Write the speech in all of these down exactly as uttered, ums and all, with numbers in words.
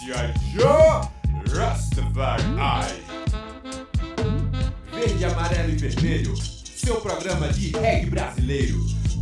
G I. Joe Rastafari. Verde, amarelo e vermelho, seu programa de reggae brasileiro.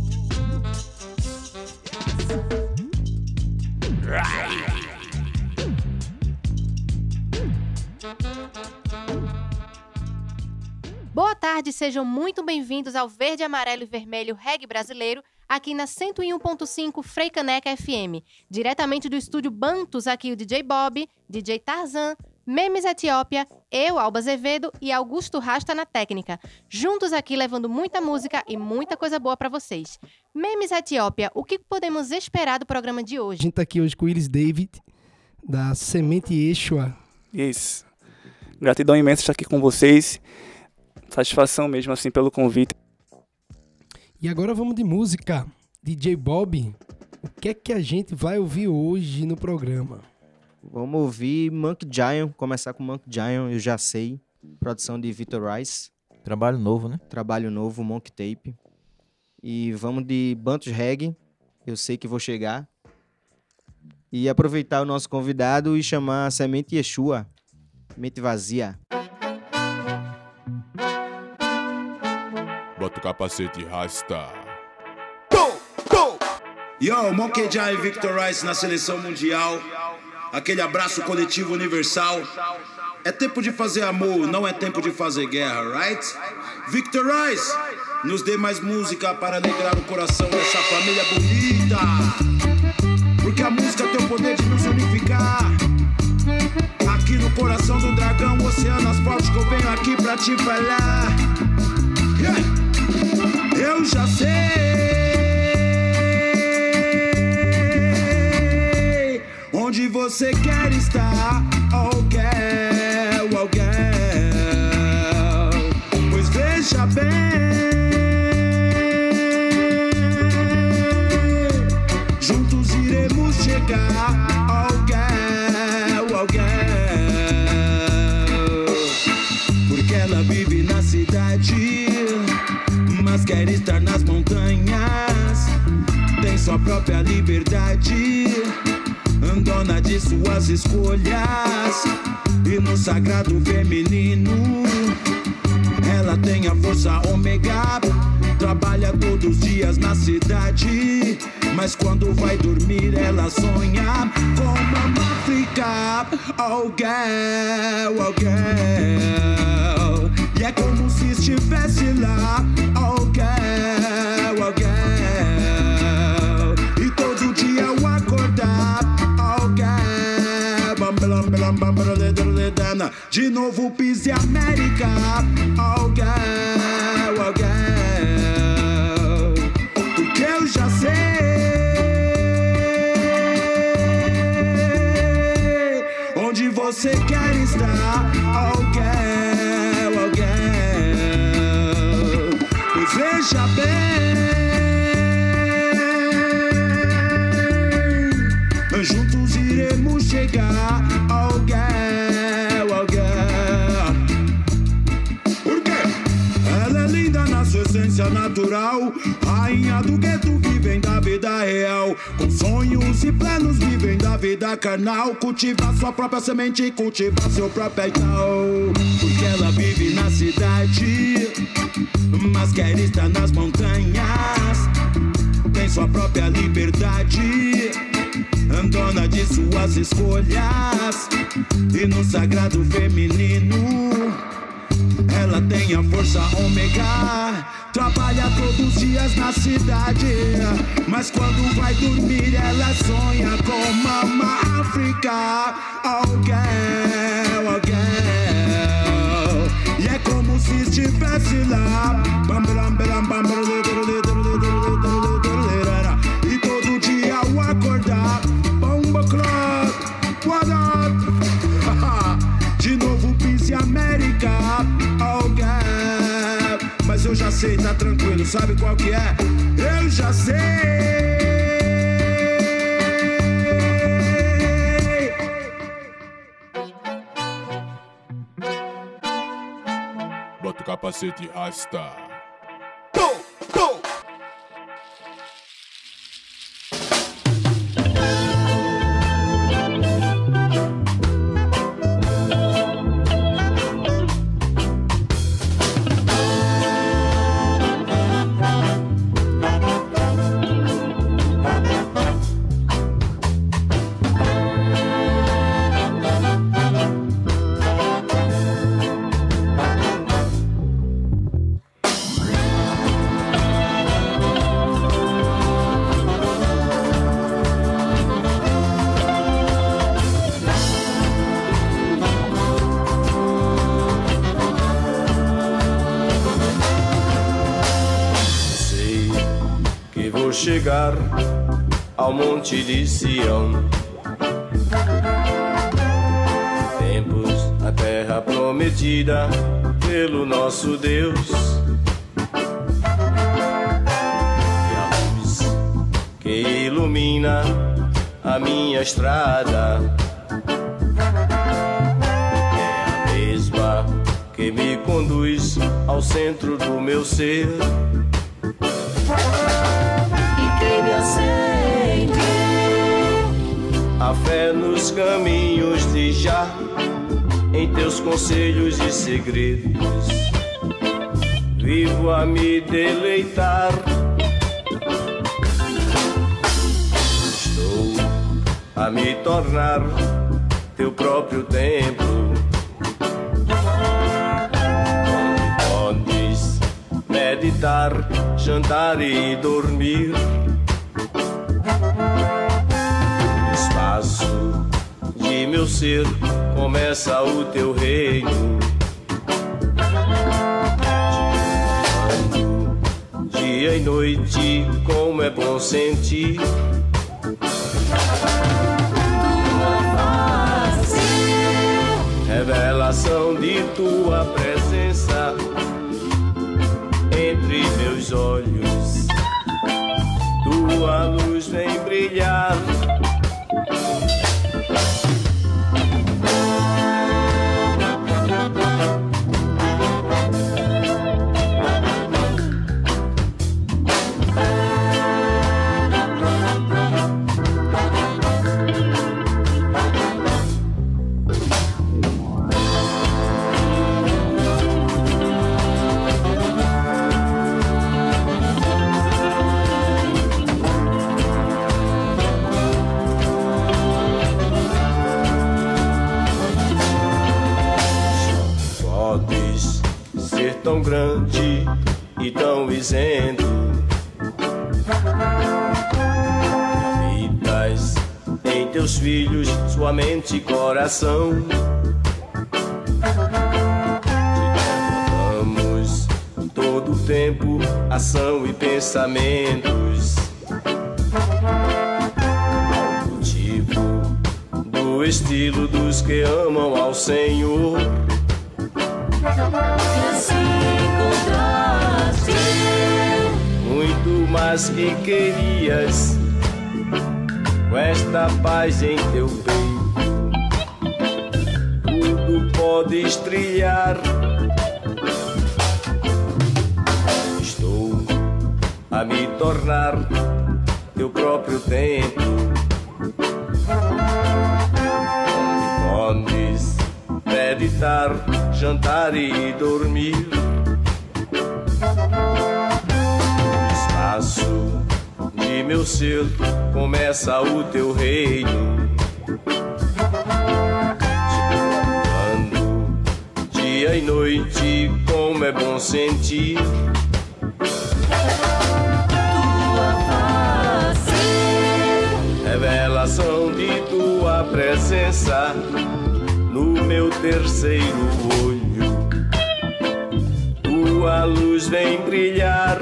Boa tarde, sejam muito bem-vindos ao Verde, Amarelo e Vermelho Reggae Brasileiro, aqui na cento e um ponto cinco Freicaneca F M. Diretamente do estúdio Bantus, aqui o D J Bob, D J Tarzan, Memes Etiópia, eu, Alba Azevedo e Augusto Rasta na técnica. Juntos aqui levando muita música e muita coisa boa pra vocês. Memes Etiópia, o que podemos esperar do programa de hoje? A gente tá aqui hoje com o Willis David, da Semente Yeshua. Isso. Gratidão imensa estar aqui com vocês. Satisfação mesmo, assim, pelo convite. E agora vamos de música. D J Bob, o que é que a gente vai ouvir hoje no programa? Vamos ouvir Monkey Giant, começar com Monkey Giant, eu já sei. Produção de Victor Rice. Trabalho novo, né? Trabalho novo, Monkey Tape. E vamos de Bantus Reggae, eu sei que vou chegar. E aproveitar o nosso convidado e chamar a Semente Yeshua, Mente Vazia. Bota o capacete e rasta. Go, go! Yo, Monkey Giant e Victor Rice na seleção mundial. Aquele abraço coletivo universal. É tempo de fazer amor, não é tempo de fazer guerra, right? Victor Rice, nos dê mais música para alegrar o coração dessa família bonita. Porque a música tem o poder de nos unificar. Aqui no coração do dragão, oceano asfáltico, eu venho aqui pra te falar. Yeah. Eu já sei onde você quer estar, oh girl, oh girl. Pois veja bem, juntos iremos chegar, oh girl, oh girl. Porque ela vive na cidade, mas quer estar nas montanhas. Tem sua própria liberdade, dona de suas escolhas. E no sagrado feminino ela tem a força ômega. Trabalha todos os dias na cidade, mas quando vai dormir ela sonha com Mama África. Oh girl, oh girl. E é como se estivesse lá, oh girl, oh girl. E todo dia eu acordar, oh girl, bam, bam, bam, bam, bam, de novo pise América, oh girl, oh girl. Porque eu já sei onde você quer estar, oh girl, oh girl. Pois veja bem, juntos iremos chegar, oh girl, oh girl. Por quê? Ela é linda na sua essência natural, rainha do gueto, vivem da vida real. Com sonhos e planos, vivem da vida carnal. Cultiva sua própria semente e cultiva seu próprio ideal. Porque ela vive na cidade, mas quer estar nas montanhas. Tem sua própria liberdade, dona de suas escolhas. E no sagrado feminino ela tem a força ômega. Trabalha todos os dias na cidade, mas quando vai dormir ela sonha com Mama África. Oh girl, oh girl. E é como se estivesse lá, e todo dia ao acordar, bomba clock, what up? De novo pise América, oh girl. Mas eu já sei, tá tranquilo, sabe qual que é? Eu já sei. Bota o capacete e rasta. Go, go! chegar ao monte de Sião. Tempos, a terra prometida pelo nosso Deus. E a luz que ilumina a minha estrada é a mesma que me conduz ao centro do meu ser. E quem me acende a fé nos caminhos de Já, em teus conselhos e segredos, vivo a me deleitar. Estou a me tornar teu próprio templo, onde podes meditar, jantar e dormir. No espaço de meu ser começa o teu reino. Dia e noite, como é bom sentir revelação de tua presença entre meus olhos. Tua luz vem brilhar. Tão grande e tão isento, habitas em teus filhos sua mente e coração. Te devotamos todo o tempo, ação e pensamentos, ao cultivo do estilo dos que amam ao Senhor. Muito mais que querias, com esta paz em teu peito, tudo podes trilhar. Estou a me tornar teu próprio templo, onde podes meditar, jantar e dormir. De meu ser começa o teu reino. Quando dia e noite, como é bom sentir tua face, revelação de tua presença no meu terceiro olho. Tua luz vem brilhar.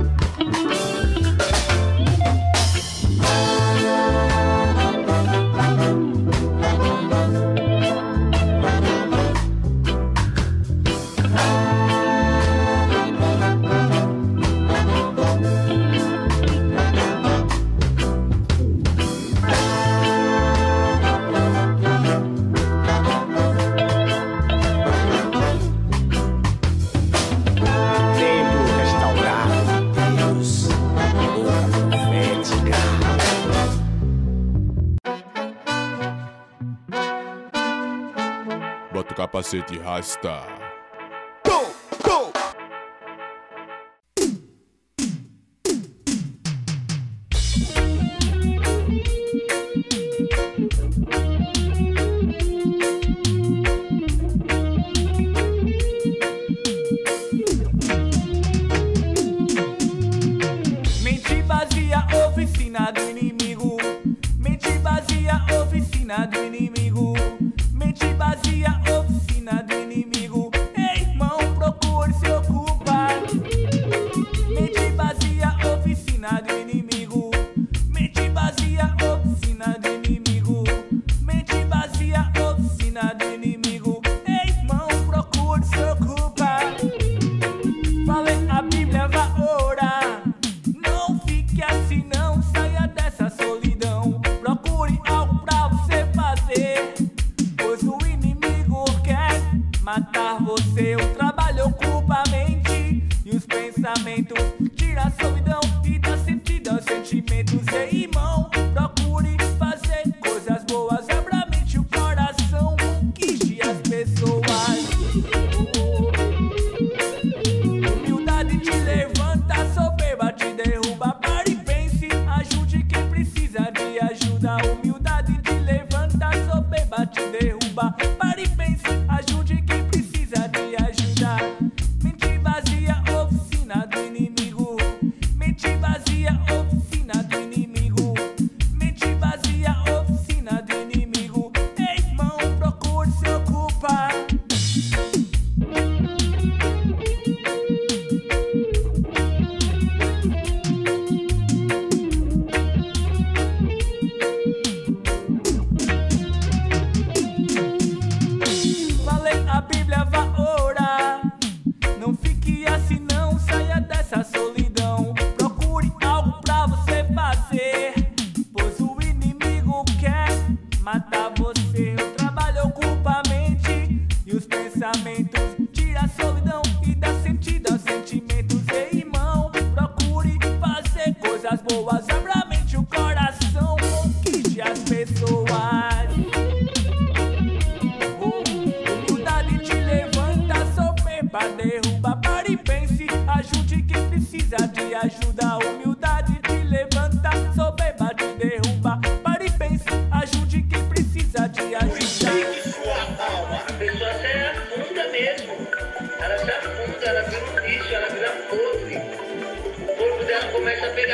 Capacete Rasta. Go, go. Mente vazia, oficina do inimigo. Mente vazia, oficina do inimigo. Mente vazia, oficina do inimigo. Ei, irmão, procure se ocupar. Mente vazia, oficina do inimigo.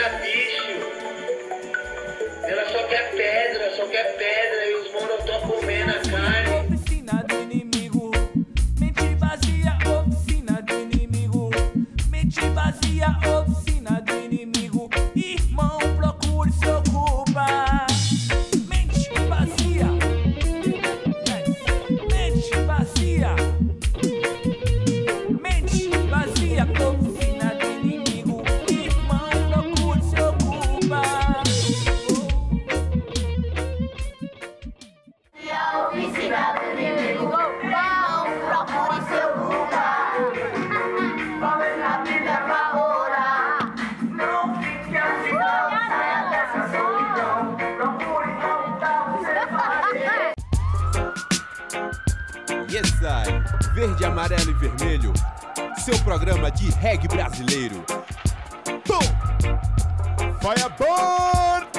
vira bicho. Ela só quer pedra, só quer pedra e os morotó comendo a carne. Oficina do inimigo, mente vazia, oficina do inimigo, mente vazia, oficina do inimigo. Irmão, procure se ocupar. Mente vazia, mente vazia, mente vazia, oficina do inimigo. Irmão, procure se ocupar. A oficina do inimigo, não procure seu lugar. Vamos na Bíblia pra orar. Não fique assim, não saia dessa solidão. Procure voltar o seu fazer. Yes, I. Verde, amarelo e vermelho. Seu programa de reggae brasileiro. Boom! Fireball!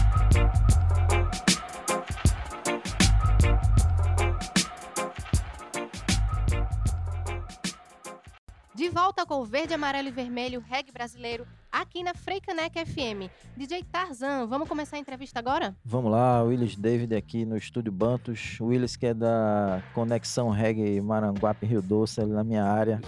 De volta com o Verde, Amarelo e Vermelho Reggae Brasileiro aqui na Freicaneca F M. D J Tarzan, vamos começar a entrevista agora? Vamos lá, Willis David aqui no Estúdio Bantus. O Willis que é da Conexão Reggae Maranguape Rio Doce, ali na minha área.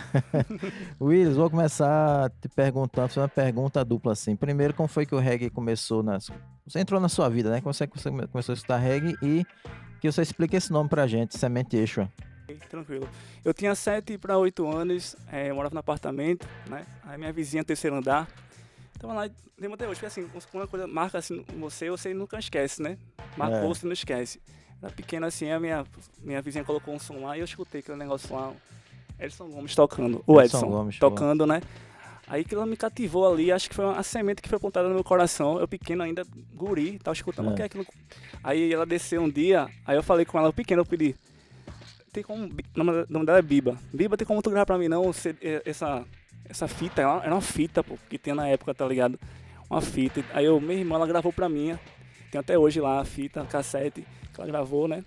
Willis, vou começar te perguntando, fazer uma pergunta dupla assim. Primeiro, como foi que o reggae começou, na, você entrou na sua vida, né? Como você começou a escutar reggae e que você explique esse nome pra gente, Semente Yeshua. Tranquilo. Eu tinha sete para oito anos, é, eu morava no apartamento, né? Aí minha vizinha, terceiro andar, tava lá, lembro até hoje, porque assim, uma coisa marca assim você, você nunca esquece, né? Marcou, É. você não esquece. Era pequena assim, a minha, minha vizinha colocou um som lá e eu escutei aquele negócio lá, Edson Gomes tocando, o Edson Edson Gomes, tocando, né? Aí que ela me cativou ali, acho que foi uma, a semente que foi plantada no meu coração, eu pequeno ainda, guri, tava escutando É. o que é aquilo. Aí ela desceu um dia, aí eu falei com ela, eu pequeno, eu pedi, tem como, o nome nome dela é Biba. Biba, tem como tu gravar pra mim não, Cê- essa, essa fita, era uma, era uma fita, pô, que tinha na época, tá ligado? Uma fita. Aí eu, minha irmã, ela gravou pra mim, tem até hoje lá a fita, a cassete, que ela gravou, né?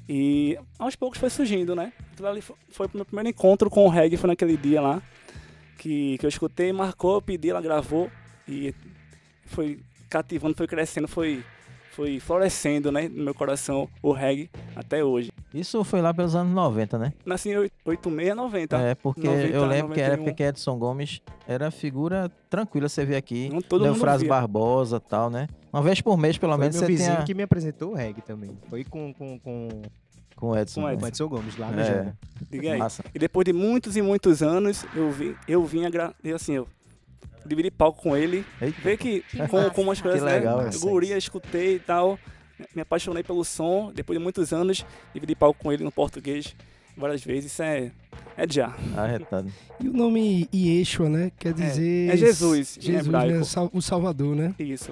E aos poucos foi surgindo, né? Aquilo ali foi, foi o meu primeiro encontro com o reggae, foi naquele dia lá, que, que eu escutei, marcou, eu pedi, ela gravou, e foi cativando, foi crescendo, foi, foi florescendo, né, no meu coração, o reggae, até hoje. Isso foi lá pelos anos noventa, né? Nasci em oitenta e seis, noventa. É, porque noventa, eu lembro que era noventa e um. porque Edson Gomes era figura tranquila, você vê aqui. Não, todo mundo Leofrase via. Barbosa e tal, né? Uma vez por mês, pelo Foi menos, meu você vizinho tinha que me apresentou o reggae também. Foi com, com, com, com o Edson. Com o Gomes. com o Edson Gomes, lá no É. Jana. Diga aí. Massa. E depois de muitos e muitos anos, eu vim, eu vim a gra... eu, assim, eu dividi palco com ele. Eita. Ver que, Que como, massa. como as coisas, Que legal, né? isso. Eu guria, escutei e tal. Me apaixonei pelo som. Depois de muitos anos, dividi palco com ele no português várias vezes. Isso é, é já. Arretado. E o nome Yeshua, né? Quer dizer... é Jesus, em Jesus, hebraico. né? Sal- O Salvador, né? Isso.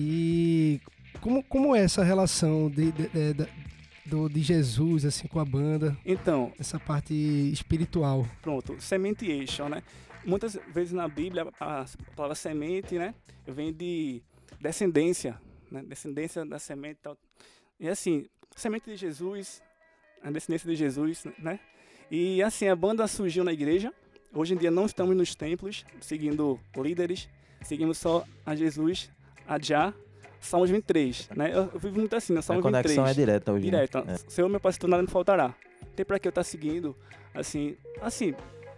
E como, como é essa relação de, de, de, de- do, de Jesus, assim, com a banda? Então, Essa parte espiritual. pronto, semente eixo, né? Muitas vezes na Bíblia, a palavra semente, né? Vem de descendência, né? Descendência da semente e tal. E assim, semente de Jesus, a descendência de Jesus, né? E assim, a banda surgiu na igreja. Hoje em dia não estamos nos templos, seguindo líderes. Seguimos só a Jesus, a Já, Salmos vinte e três, né? Eu, eu vivo muito assim, né? A Salmos vinte e três. conexão é direta hoje. né? Direto. É. Senhor, meu pastor, nada me faltará. Tem pra que eu estar seguindo, assim, assim,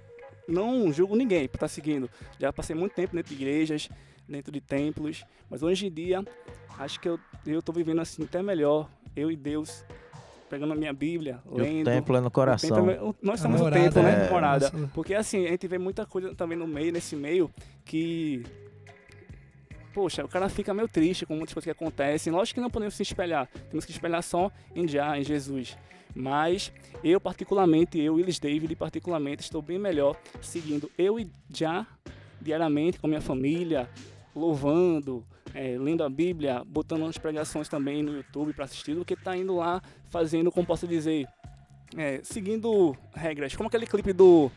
não julgo ninguém por estar seguindo. Já passei muito tempo dentro de igrejas, dentro de templos, mas hoje em dia, acho que eu, eu tô vivendo assim até melhor, eu e Deus, pegando a minha Bíblia, E lendo. o templo é no coração. O templo é- nós somos morada, o templo, né? é. Morada. Nossa. Porque assim, a gente vê muita coisa também no meio, nesse meio, que... Poxa, o cara fica meio triste com muitas coisas que acontecem. Lógico que não podemos se espelhar. Temos que espelhar só em Já, em Jesus. Mas eu, particularmente, eu, Willis David, particularmente, estou bem melhor seguindo eu e Já diariamente com a minha família, louvando, é, lendo a Bíblia, botando umas pregações também no YouTube para assistir, do que tá indo lá fazendo, como posso dizer, é, seguindo regras. Como aquele clipe do...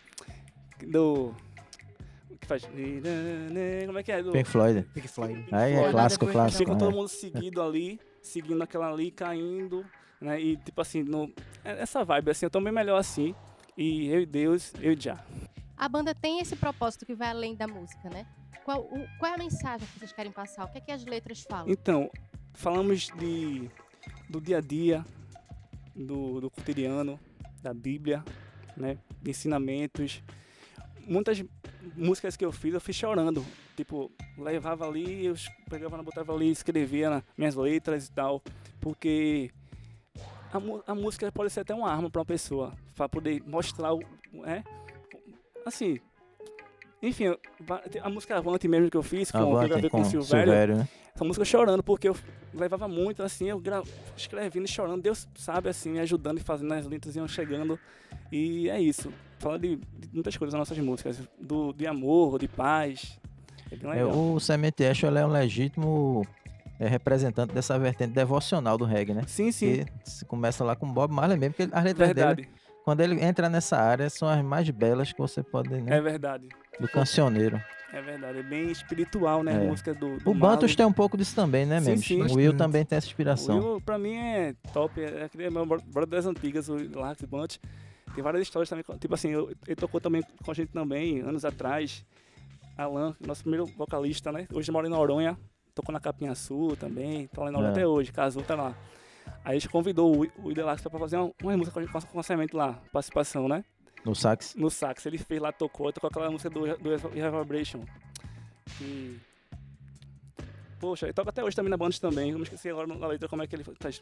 do que faz... Como é que é? Do, Pink Floyd. Pink Floyd. Aí é Floyd. clássico, Depois clássico. Fica todo é. mundo seguido ali, seguindo aquela ali, caindo, né? E tipo assim, no, é- essa vibe, assim, eu tô bem melhor assim. E eu e Deus, eu e Já. A banda tem esse propósito que vai além da música, né? Qual, o- qual é a mensagem que vocês querem passar? O que é que as letras falam? Então, falamos de, do dia a dia, do, do cotidiano, da Bíblia, né? De ensinamentos. Muitas músicas que eu fiz, eu fiz chorando. Tipo, levava ali, eu pegava, botava ali, escrevia nas minhas letras e tal. Porque a, mu- a música pode ser até uma arma para uma pessoa, para poder mostrar o. É, assim. Enfim, va- a música Avante mesmo que eu fiz, com, que eu Avante gravei com com o Silvério. Silvério, né? Essa música eu chorando, porque eu levava muito, assim, eu gra... escrevendo e chorando. Deus sabe, assim, me ajudando e fazendo, as letras iam chegando. E é isso. Fala de, de muitas coisas nas nossas músicas. Do, de amor, de paz. É bem É, legal. o Semente Exu ele é um legítimo é, representante dessa vertente devocional do reggae, né? Sim, sim. Que se começa lá com o Bob Marley mesmo, porque as letras Verdade. dele, quando ele entra nessa área, são as mais belas que você pode, né? É verdade. Do cancioneiro. É verdade. É bem espiritual, né? É. A música do, do O Bantus Marley. tem um pouco disso também, né, Sim, mesmo? sim. O Will Bastante. também tem essa inspiração. O Will, pra mim, é top. É aquele meu bro- brother das antigas, o Lax Bunch. Tem várias histórias também. Tipo assim, eu- ele tocou também com a gente também, anos atrás. Alan, nosso primeiro vocalista, né? Hoje mora em Noronha. Tocou na Capinha Sul também. Tá lá em Noronha É. até hoje. Casou, tá lá. Aí a gente convidou o, o Idelax pra fazer uma, uma música com a gente, com a Semente lá. Participação, né? No sax. No sax. Ele fez lá, tocou. Tocou aquela música do, do Reverberation. Que... Poxa, ele toca até hoje também na banda também. Eu me esqueci agora na letra como é que ele faz.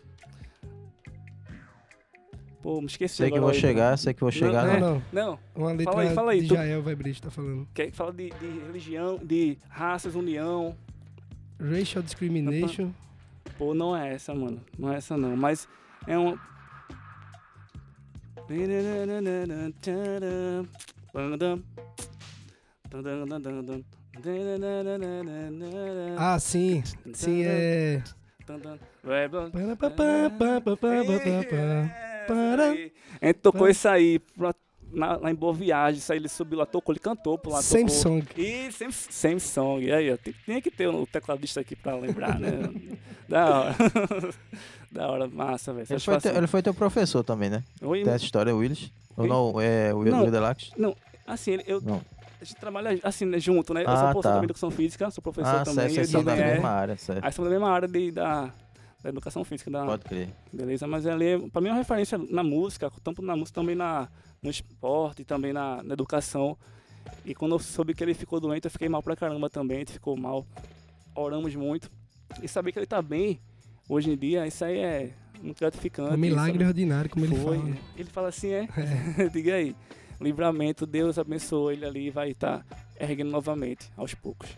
Pô, me esqueci Sei que agora vou a letra. chegar, sei que vou chegar. Não, né? não. Não, Uma letra fala aí, fala aí. de Tu, Jael Vibration tá falando. que fala de, de religião, de raças, união. Racial discrimination. Pô, não é essa, mano. Não é essa não, mas é um... Ah, sim. Sim, é... A gente tocou isso aí pra- na- lá em Boa Viagem. Isso aí ele subiu lá, tocou, ele cantou por lá. Same tocou. song. E same, same song. E aí, ó, tem, tinha que ter o tecladista aqui pra lembrar, né? Da hora. Da hora, massa, velho. Ele foi, Satisfação. teu, ele foi teu professor também, né? Oi, Tem essa história, Willis? Ou Oi? não, é o Não. Will Delax? Não, assim, ele- eu, Não. a gente trabalha assim, né, junto, né? Eu Ah, sou professor tá. também de educação física, sou professor Ah, também. certo, vocês ele são da também é. mesma área, certo. Aí somos da mesma área de, da, da educação física, da, Pode crer. beleza? Mas ele, é- pra mim, é uma referência na música, tanto na música também na, no esporte, também na, na educação. E quando eu soube que ele ficou doente, eu fiquei mal pra caramba também, ele ficou mal. Oramos muito. E saber que ele tá bem, hoje em dia, isso aí é muito gratificante. Um milagre Isso- ordinário, como ele Foi. fala. Ele fala assim, é? Diga aí. Livramento, Deus abençoou ele ali e vai estar erguendo novamente, aos poucos.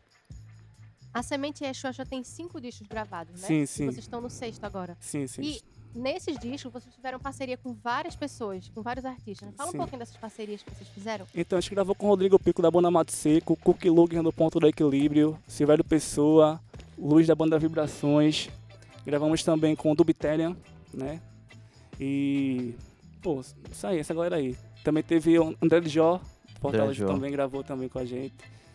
A Semente Exu já tem cinco discos gravados, né? Sim, E sim. vocês estão no sexto agora. Sim, sim. E nesses discos, vocês tiveram parceria com várias pessoas, com vários artistas. Fala Sim. um pouquinho dessas parcerias que vocês fizeram. Então, a gente gravou com o Rodrigo Pico da banda Mato Seco, Cookie Logan do Ponto do Equilíbrio, Silvério Pessoa, Luz da banda Vibrações. Gravamos também com o Dubitelian, né? E... Pô, isso aí, essa galera aí. Também teve o André de Jó, Fortaleza Jó. também gravou também com a gente.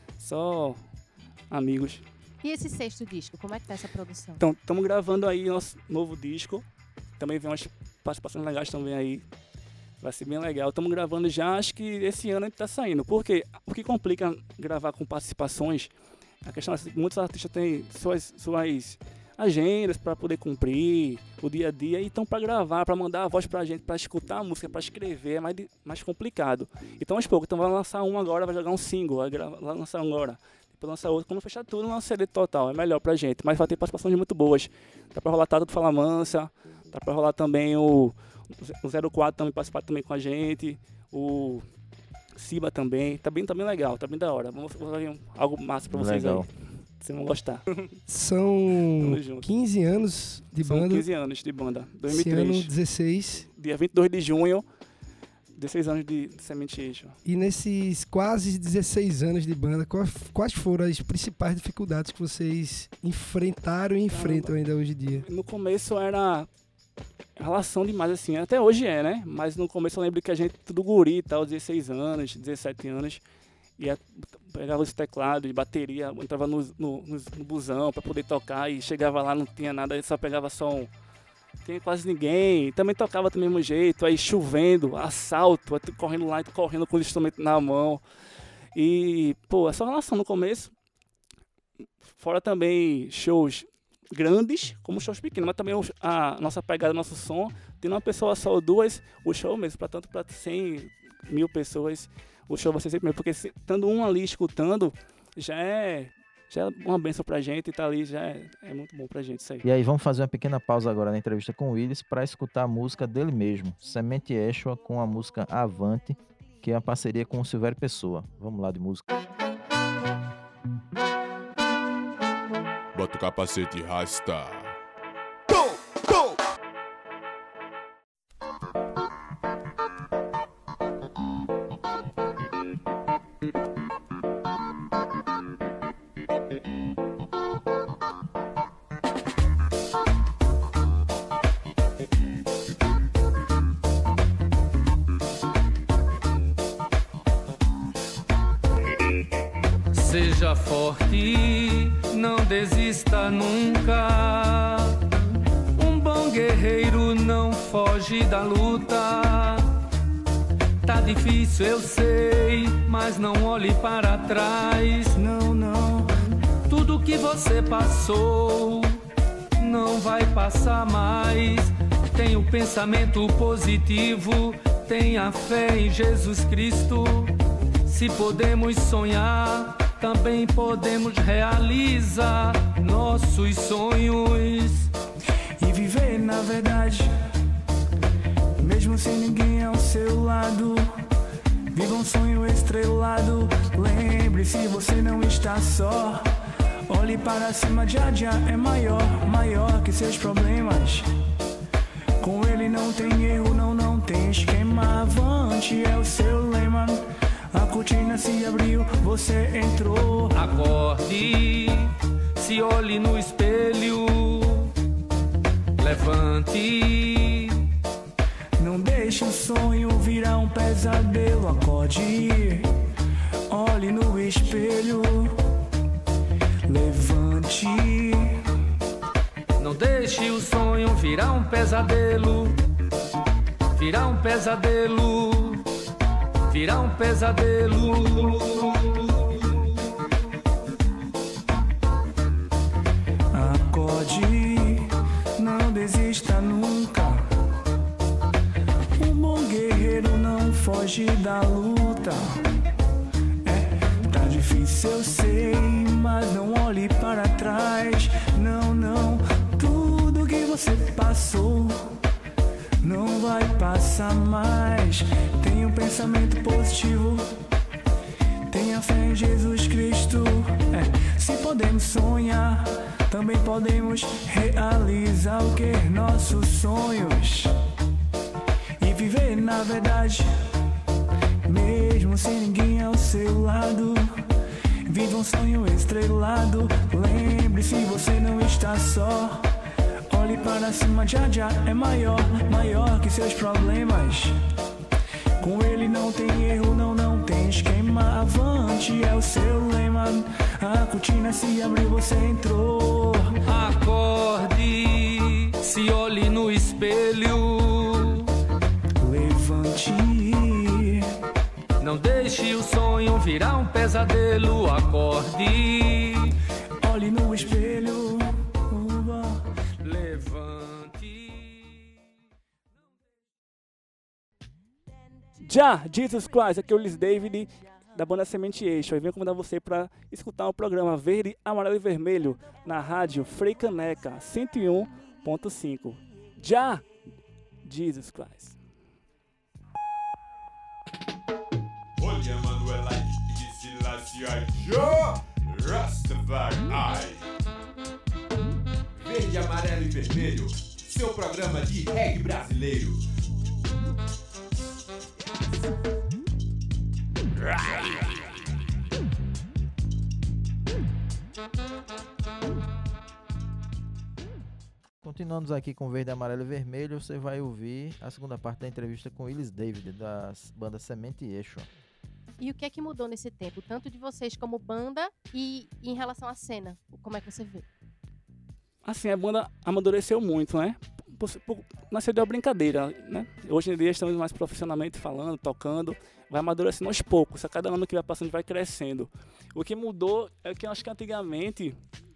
Só amigos. E esse sexto disco, como é que tá essa produção? Então, estamos gravando aí nosso novo disco. Também vem umas participações legais também aí. Vai ser bem legal. Estamos gravando já, acho que esse ano a gente tá saindo. Porque o que complica gravar com participações, a questão é que muitos artistas têm suas, suas agendas para poder cumprir, o dia a dia, e então para gravar, para mandar a voz pra gente, para escutar a música, para escrever, é mais, de- mais complicado. Então aos poucos, então vai lançar um agora, vai jogar um single, vai, grava, vai lançar um agora. Depois lançar outro, quando fechar tudo, lança C D total, é melhor pra gente, mas vai ter participações muito boas. Dá pra rolar Tata do Fala Mansa, dá pra rolar também o, o zero quatro também participar também com a gente, o Siba também, tá bem, tá bem legal, tá bem da hora. Vamos fazer um- algo massa pra vocês Legal. aí. Vocês vão gostar. São Tamo junto. quinze anos de São banda. quinze anos de banda, dois mil e Esse ano, três. dezesseis. Dia vinte e dois de junho, dezesseis anos de, de Semente Exu. E nesses quase dezesseis anos de banda, quais, quais foram as principais dificuldades que vocês enfrentaram e enfrentam ainda hoje em dia? No começo era relação demais, assim, até hoje é, né? Mas no começo eu lembro que a gente, tudo guri e tal, dezesseis anos, dezessete anos, ia, pegava os teclados de bateria, entrava no, no, no, no busão pra poder tocar e chegava lá, não tinha nada, só pegava só um... Não tinha quase ninguém, também tocava do mesmo jeito, aí chovendo, assalto, aí tu correndo lá, tu correndo com o instrumento na mão. E, pô, essa relação no começo, fora também shows grandes, como shows pequenos, mas também a nossa pegada, nosso som, tendo uma pessoa só ou duas, o show mesmo, para tanto para cem mil pessoas, o show vai ser sempre mesmo, porque se, estando um ali escutando, já é, já é uma bênção pra gente, e tá ali já é, é muito bom pra gente isso aí. E aí, vamos fazer uma pequena pausa agora na entrevista com o Willis para escutar a música dele mesmo, Semente Yeshua, com a música Avante, que é uma parceria com o Silvério Pessoa. Vamos lá de música. Bota o capacete e rasta. Seja forte, não desista nunca. Um bom guerreiro não foge da luta. Tá difícil, eu sei, mas não olhe para trás. Não, não. Tudo que você passou não vai passar mais. Tenha o pensamento positivo, tenha fé em Jesus Cristo. Se podemos sonhar, também podemos realizar nossos sonhos e viver na verdade, mesmo sem ninguém ao seu lado. Viva um sonho estrelado. Lembre-se, você não está só. Olhe para cima, já já é maior, maior que seus problemas. Com ele não tem erro, não, não tem esquema. Avante é o seu lema. A cortina se abriu, você entrou. Acorde, se olhe no espelho. Levante. Não deixe o sonho virar um pesadelo. Acorde, olhe no espelho. Levante. Não deixe o sonho virar um pesadelo. Virar um pesadelo. Virar um pesadelo. Acorde, não desista nunca. Um bom guerreiro não foge da luta. É, tá difícil eu sei, mas não olhe para trás. Não, não, tudo que você passou não vai passar mais. Tenha um pensamento positivo, tenha fé em Jesus Cristo. É, se podemos sonhar, também podemos realizar o que? Nossos sonhos e viver na verdade, mesmo sem ninguém ao seu lado. Viva um sonho estrelado. Lembre-se, você não está só. Olhe para cima, já já é maior, maior que seus problemas. Com ele não tem erro, não, não tem esquema. Avante é o seu lema. A cortina se abriu, você entrou. Acorde, se olhe no espelho. Levante. Não deixe o sonho virar um pesadelo. Acorde, olhe no espelho. Já, Jesus Christ, aqui é o Willis David, da banda Semente Yeshua. E venho convidar você para escutar o programa Verde, Amarelo e Vermelho na rádio Frei Caneca, cento e um ponto cinco. Já, Jesus Christ. Olha, Manuelite, disse Lacia, já, Rastafari. Verde, Amarelo e Vermelho, seu programa de reggae brasileiro. Continuamos aqui com Verde, Amarelo e Vermelho. Você vai ouvir a segunda parte da entrevista com Willis David, da banda Semente Yeshua. E o que é que mudou nesse tempo, tanto de vocês como banda e em relação à cena? Como é que você vê? Assim, a banda amadureceu muito, né? por, por, nasceu de uma brincadeira, né? Hoje em dia estamos mais profissionalmente falando, tocando, vai amadurecendo aos poucos, a cada ano que vai passando vai crescendo. O que mudou é que eu acho que antigamente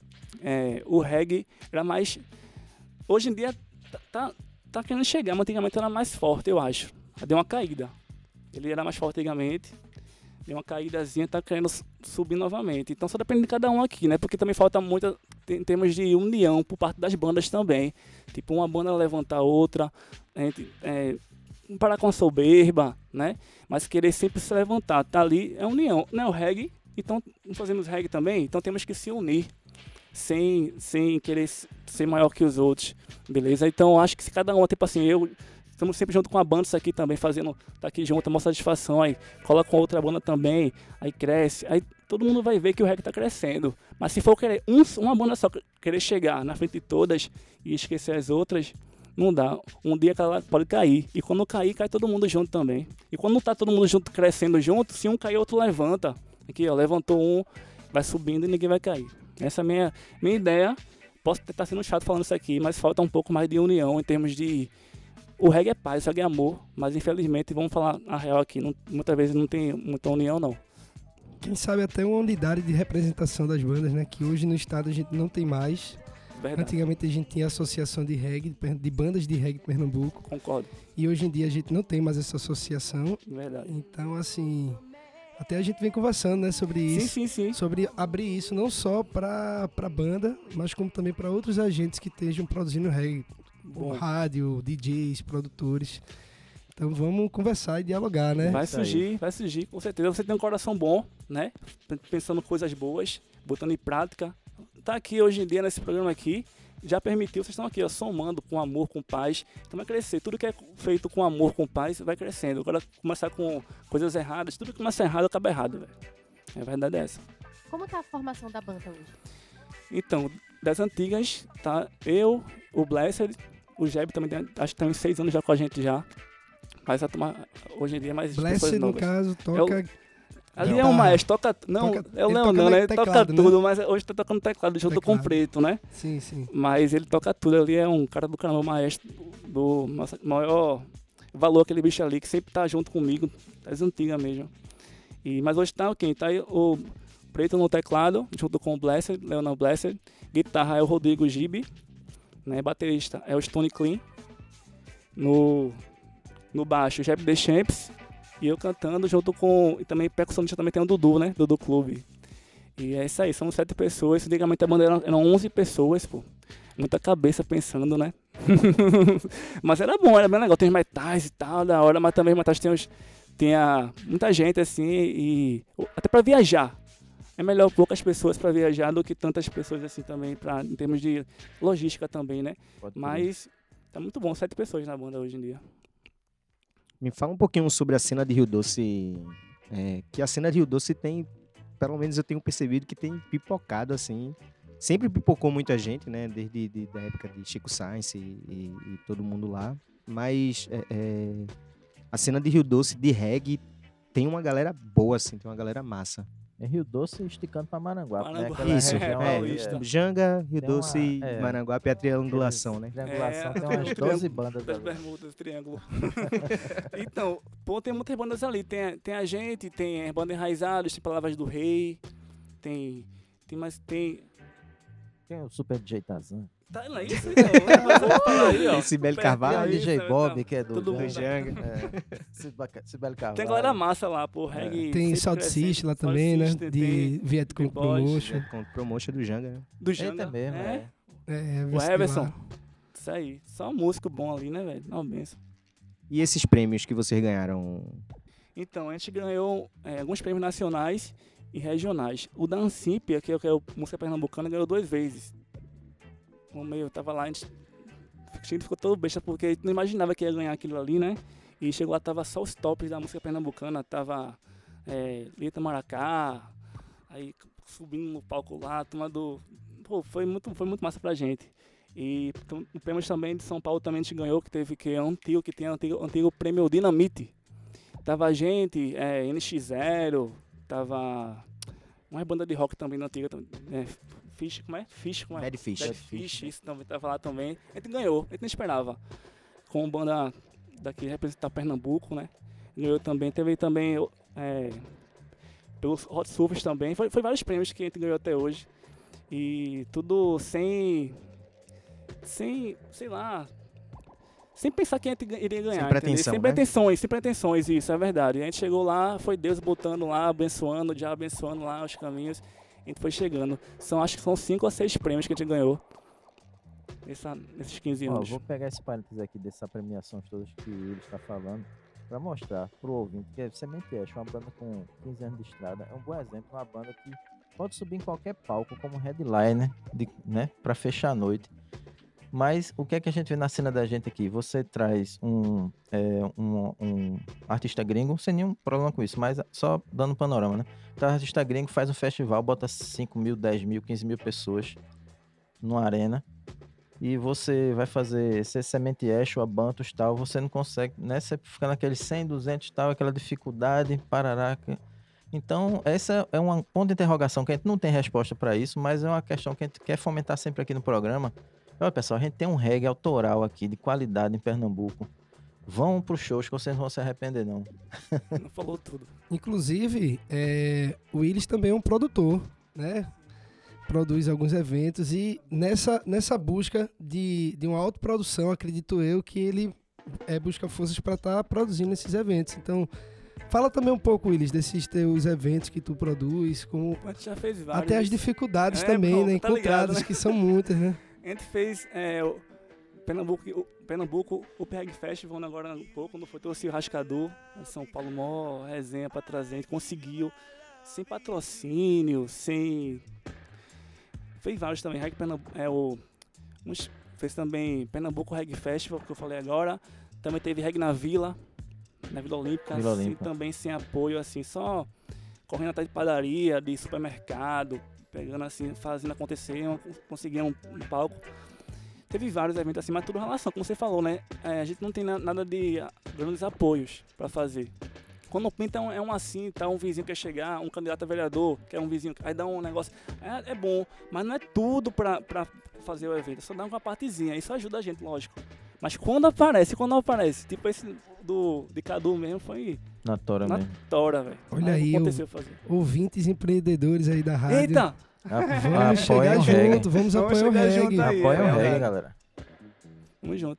é, o reggae era mais... Hoje em dia tá, tá, tá querendo chegar, mas antigamente era mais forte, eu acho. Deu uma caída. Ele era mais forte antigamente, deu uma caídazinha, tá querendo subir novamente. Então só depende de cada um aqui, né? Porque também falta muito em termos de união por parte das bandas também. Tipo, uma banda levantar a outra, a gente, é, não parar com a soberba, né? Mas querer sempre se levantar. Tá ali, é união. Não é o reggae, então fazemos reggae também, então temos que se unir. Sem, sem querer ser maior que os outros, beleza? Então acho que se cada um, tipo assim, eu... Estamos sempre junto com a banda, isso aqui também, fazendo, tá aqui junto, é uma satisfação, aí coloca com outra banda também, aí cresce, aí todo mundo vai ver que o reggae tá crescendo. Mas se for querer um, uma banda só querer chegar na frente de todas e esquecer as outras, não dá. Um dia ela pode cair, e quando cair, cai todo mundo junto também. E quando não tá todo mundo junto, crescendo junto, se um cair, outro levanta. Aqui, ó, levantou um, vai subindo e ninguém vai cair. Essa é a minha, minha ideia. Posso estar sendo chato falando isso aqui, mas falta um pouco mais de união em termos de... O reggae é paz, o reggae é amor, mas infelizmente, vamos falar a real aqui, não, muitas vezes não tem muita união, não. Quem sabe até uma unidade de representação das bandas, né? Que hoje no estado a gente não tem mais. Verdade. Antigamente a gente tinha a associação de reggae, de bandas de reggae de Pernambuco. Concordo. E hoje em dia a gente não tem mais essa associação. Verdade. Então, assim, até a gente vem conversando, né, sobre isso. Sim, sim, sim. Sobre abrir isso não só para a banda, mas como também para outros agentes que estejam produzindo reggae. Bom. Rádio, D Js, produtores. Então vamos conversar e dialogar, né? Vai surgir, vai surgir, com certeza. Você tem um coração bom, né? Pensando coisas boas, botando em prática. Tá aqui hoje em dia nesse programa aqui, já permitiu, vocês estão aqui, ó, somando com amor, com paz. Então vai crescer. Tudo que é feito com amor, com paz, vai crescendo. Agora começar com coisas erradas, tudo que começa errado acaba errado, velho. A verdade é essa. Como tá a formação da banda hoje? Então, das antigas, tá eu, o Blessed, o Jeb também tem, acho que tem uns seis anos já com a gente já. Mas a turma, hoje em dia é mais Blessed, pessoas no novas. caso, toca... É o, ali é um maestro, toca... Não, toca, é o ele Leonan, toca né? Ele teclado, toca né? tudo, mas hoje tá tocando teclado junto Teclado. com o Preto, né? Sim, sim. Mas ele toca tudo, ali é um cara do caramba, maestro do nossa, maior valor, aquele bicho ali, que sempre tá junto comigo, das antigas mesmo. E, mas hoje tá quem? Tá aí o Preto no teclado, junto com o Blessed, Leonan Blessed. Guitarra é o Rodrigo Gibi, né? Baterista é o Stone Clean. No, no baixo, o Jeb The Champs. E eu cantando junto com... E também percussionista também tem o Dudu, né? Dudu Clube. E é isso aí, são sete pessoas. Antigamente a banda eram, eram onze pessoas, pô. Muita cabeça pensando, né? Mas era bom, era bem legal. Tem os metais e tal, da hora. Mas também os metais tem, os, tem a, muita gente, assim. E até pra viajar. É melhor poucas pessoas para viajar do que tantas pessoas assim também, pra, em termos de logística também, né? Pode Mas tá muito bom, sete pessoas na banda hoje em dia. Me fala um pouquinho sobre a cena de Rio Doce, é, que a cena de Rio Doce tem, pelo menos eu tenho percebido que tem pipocado assim, sempre pipocou muita gente, né, desde de, da época de Chico Sainz e, e, e todo mundo lá, mas é, é, a cena de Rio Doce de reggae tem uma galera boa assim, tem uma galera massa. É Rio Doce esticando pra Maranguape, né? Maranguape. Aquela Isso, região é, ali, é. Janga, Rio Tem uma- Doce e é. Maranguape é a triangulação, né? Triangulação, É, tem umas triângulo doze bandas Das ali. Bermudas, Triângulo. Então, pô, tem muitas bandas ali. Tem, tem a gente, tem as bandas enraizadas, tem Palavras do Rei, tem... Tem mais... Tem... Tem o Super D J Tazan. Tá lá isso, então. Mas eu vou falar aí, ó. Tem Sibeli Super Carvalho, Tem o aí, D J sabe, Bob, tá. que é do Todo mundo. Janga. É. Siba- Sibeli Carvalho. Tem galera massa lá, pô. Reggae. Tem sempre South crescente. System lá South também, né? System, De tem Vietcong Big Boys, Promotion. Com promotion do Janga, né? Do Eita Janga. mesmo, é. é. É, O vestibular. Everson. Isso aí. Só um músico bom ali, né, velho? Uma benção. E esses prêmios que vocês ganharam? Então, a gente ganhou é, alguns prêmios nacionais e regionais. O da Ancípia, que é o que é o música pernambucana, ganhou duas vezes. No meio, eu tava lá, a gente, a gente ficou todo besta, porque a gente não imaginava que ia ganhar aquilo ali, né? E chegou lá, tava só os tops da música pernambucana, tava é, Lita Maracá, aí subindo no palco lá, turma do... Pô, foi muito, foi muito massa pra gente. E então, o prêmio também de São Paulo também a gente ganhou, que teve que é antigo, que tem antigo, antigo prêmio Dinamite. Tava a gente, é, N X zero, tava uma banda de rock também na antiga, é, Fish, como é? Fish, como é? Bad Fish. Bad Fish, isso também tava lá também. A gente ganhou, a gente não esperava. Com banda daqui representar Pernambuco, né? Ganhou também, teve também é, pelos Hot Surfers também. Foi, foi vários prêmios que a gente ganhou até hoje. E tudo sem, sem, sei lá, sem pensar que a gente iria ganhar. Sem pretensão, Sem né? pretensões, sem pretensões, isso é verdade. E a gente chegou lá, foi Deus botando lá, abençoando, já abençoando lá os caminhos. A gente foi chegando. São, acho que são cinco ou seis prêmios que a gente ganhou nessa, nesses quinze Ó, anos. vou pegar esse parênteses aqui dessa premiação todas que ele está falando para mostrar pro ouvinte que a Semente Ash, uma banda com quinze anos de estrada, é um bom exemplo, uma banda que pode subir em qualquer palco como headliner, de, né, para fechar a noite. Mas o que é que a gente vê na cena da gente aqui? Você traz um, é, um, um artista gringo, sem nenhum problema com isso, mas só dando um panorama, né? Então, o artista gringo faz um festival, bota cinco mil, dez mil, quinze mil pessoas numa arena, e você vai fazer esse Semente Ash ou a Bantus e tal, você não consegue, né? Você fica naqueles cem, duzentos e tal, aquela dificuldade, pararaca. Então, essa é um ponto de interrogação que a gente não tem resposta para isso, mas é uma questão que a gente quer fomentar sempre aqui no programa. Olha, pessoal, a gente tem um reggae autoral aqui, de qualidade em Pernambuco. Vão pros shows que vocês não vão se arrepender, não. Não falou tudo. Inclusive, é, o Willis também é um produtor, né? Produz alguns eventos e nessa, nessa busca de, de uma autoprodução, acredito eu, que ele é, busca forças para estar tá produzindo esses eventos. Então, fala também um pouco, Willis, desses teus eventos que tu produz, como A gente já fez vários. até as dificuldades É, também, pô, né? tá ligado, Encontradas, né? que são muitas, né? A gente fez é, o Pernambuco, o Pernambuco, o P R G Festival agora um pouco, quando foi trouxe o Rascador, em São Paulo, mó resenha pra trazer, a gente conseguiu, sem patrocínio, sem... Fez vários também, Reggae Pernambuco, é, o... uns- fez também Pernambuco Reggae Festival, que eu falei agora, também teve Reggae na Vila, na Vila Olímpica, Vila assim, Olímpica. também sem apoio, assim, só correndo atrás de padaria, de supermercado, pegando assim, fazendo acontecer, conseguindo um, um palco. Teve vários eventos assim, mas tudo em relação, como você falou, né? É, a gente não tem na- nada de ah, grandes apoios para fazer. Quando pinta é um, é um assim, tá um vizinho que quer chegar, um candidato a vereador, que é um vizinho, aí dá um negócio, é, é bom, mas não é tudo para fazer o evento, só dá uma partezinha, isso ajuda a gente, lógico. Mas quando aparece, quando não aparece, tipo esse do de Cadu mesmo foi Na tora na mesmo. tora, velho. Olha aí, não o- aconteceu fazer. ouvintes empreendedores aí da rádio. Eita! Vamos Apoia chegar o reggae. junto, vamos, Vamos apoiar o chegar junto reggae. aí. Apoia é o reggae, verdade. galera. Tamo junto.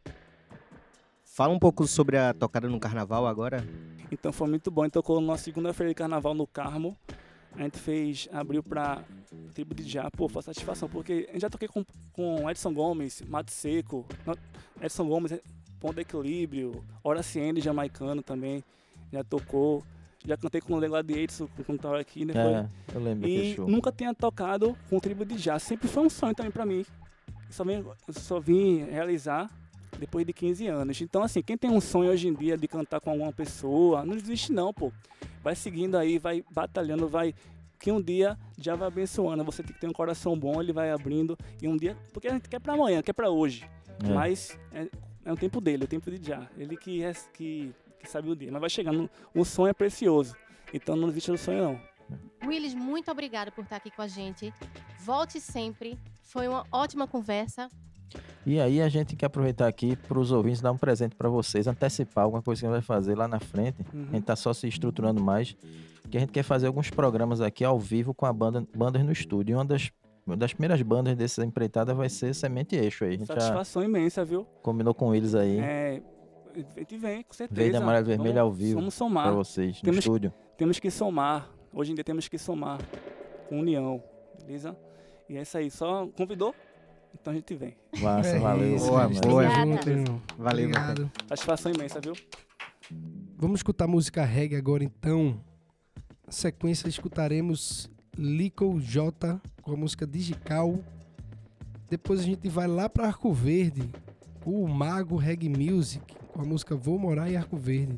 Fala um pouco sobre a tocada no carnaval agora. Então foi muito bom. A gente tocou na segunda-feira de carnaval no Carmo. A gente fez, abriu pra tribo de Já. Pô, foi satisfação, porque a gente já toquei com, com Edson Gomes, Mato Seco, no- Edson Gomes, Ponto de Equilíbrio, Horace Andy, jamaicano também. Já tocou. Já cantei com o Gladiators quando tava aqui, né? É, Foi- eu lembro daquele E show. nunca tinha tocado com tribo de Já. Sempre foi um sonho também pra mim. Só vim, eu só vim realizar depois de quinze anos. Então, assim, quem tem um sonho hoje em dia de cantar com alguma pessoa, não desiste não, pô. Vai seguindo aí, vai batalhando, vai... Que um dia já vai abençoando. Você tem que ter um coração bom, ele vai abrindo. E um dia... Porque a gente quer pra amanhã, quer pra hoje. É. Mas é, é o tempo dele, é o tempo de Já. Ele que, é, que, que sabe o dia. Mas vai chegando. O sonho é precioso. Então não desiste do sonho, não. Willis, muito obrigada por estar aqui com a gente. Volte sempre. Foi uma ótima conversa. E aí a gente quer aproveitar aqui para os ouvintes dar um presente para vocês, antecipar alguma coisa que a gente vai fazer lá na frente. Uhum. A gente tá só se estruturando mais, que a gente quer fazer alguns programas aqui ao vivo com a banda, bandas no estúdio. E uma das, uma das primeiras bandas dessa empreitada vai ser Semente Eixo aí. A gente já Satisfação imensa, viu? combinou com eles aí. É, a gente vem, com certeza. Verde, amarelo, vermelho Vamos- ao vivo Vamos somar. para vocês no Temos- estúdio. Temos que somar. Hoje em dia temos que somar com união, beleza? E é isso aí. Só convidou? Então a gente vem. Massa, É valeu. isso, Boa, Willis, boa. tamo Obrigada. junto, irmão. Valeu, Obrigado. Satisfação imensa, viu? Vamos escutar música reggae agora, então. Na sequência, escutaremos Lico J com a música Digical. Depois a gente vai lá para Arco Verde, o Mago Reggae Music com a música Vou Morar em Arco Verde.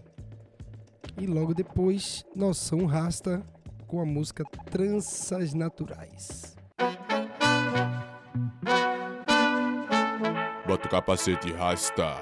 E logo depois, Noção Rasta com a música Tranças Naturais. Bota o capacete e rasta.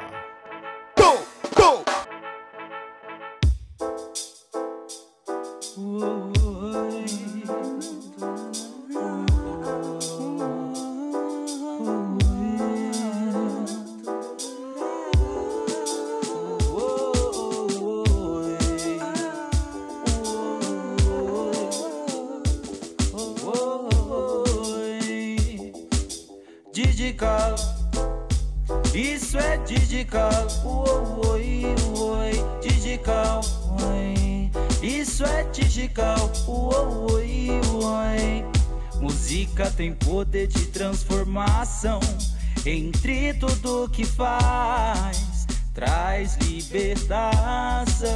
Isso é digital, oi, oi, digital, oi. Isso é digital, oi, oi. Música tem poder de transformação. Entre tudo que faz, traz libertação.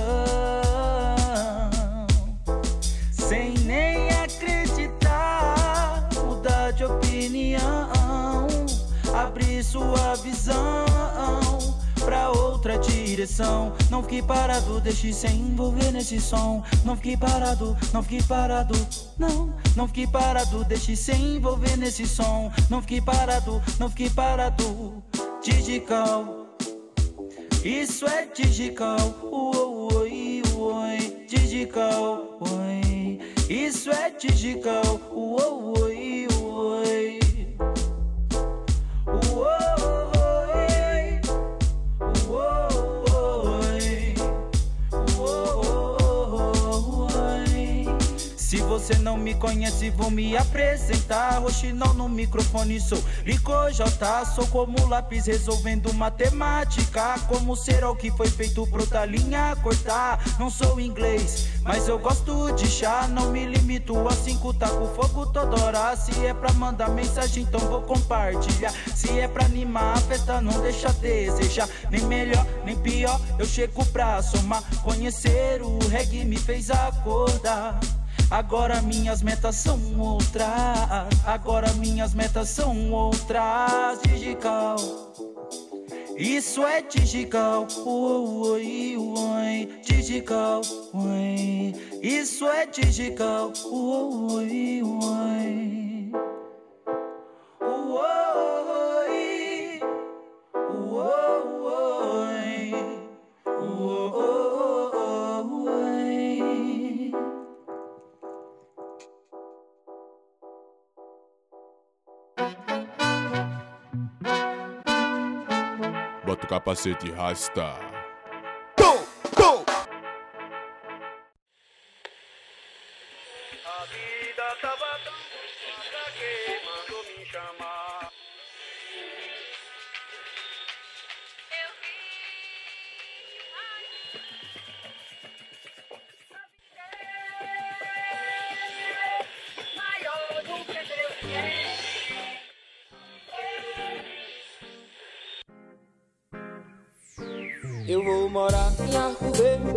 Sem nem acreditar, mudar de opinião, abrir sua visão pra outra direção. Não fique parado, deixe se envolver nesse som. Não fique parado, não fique parado, não. Não fique parado, deixe se envolver nesse som. Não fique parado, não fique parado. Digital, isso é digital, oi, oi, digital, oi. Isso é digital, oi, oi, oi. Se você não me conhece, vou me apresentar. Roxinol no microfone, sou Licor J. Sou como lápis resolvendo matemática. Como será o que foi feito pra outra linha cortar. Não sou inglês, mas eu gosto de chá. Não me limito a cinco, taco fogo toda hora. Se é pra mandar mensagem, então vou compartilhar. Se é pra animar a festa, não deixa a desejar. Nem melhor, nem pior, eu chego pra somar. Conhecer o reggae me fez acordar. Agora minhas metas são outras. Agora minhas metas são outras. Digital, isso é digital, oi, oi, digital, oi. Isso é digital, oi, oi, oi, oi, oi. Bota o capacete e rasta. Go, go! A vida tava tão gostosa que mandou me chamar. Maior do que Deus é. Eu vou morar em Arco Verde.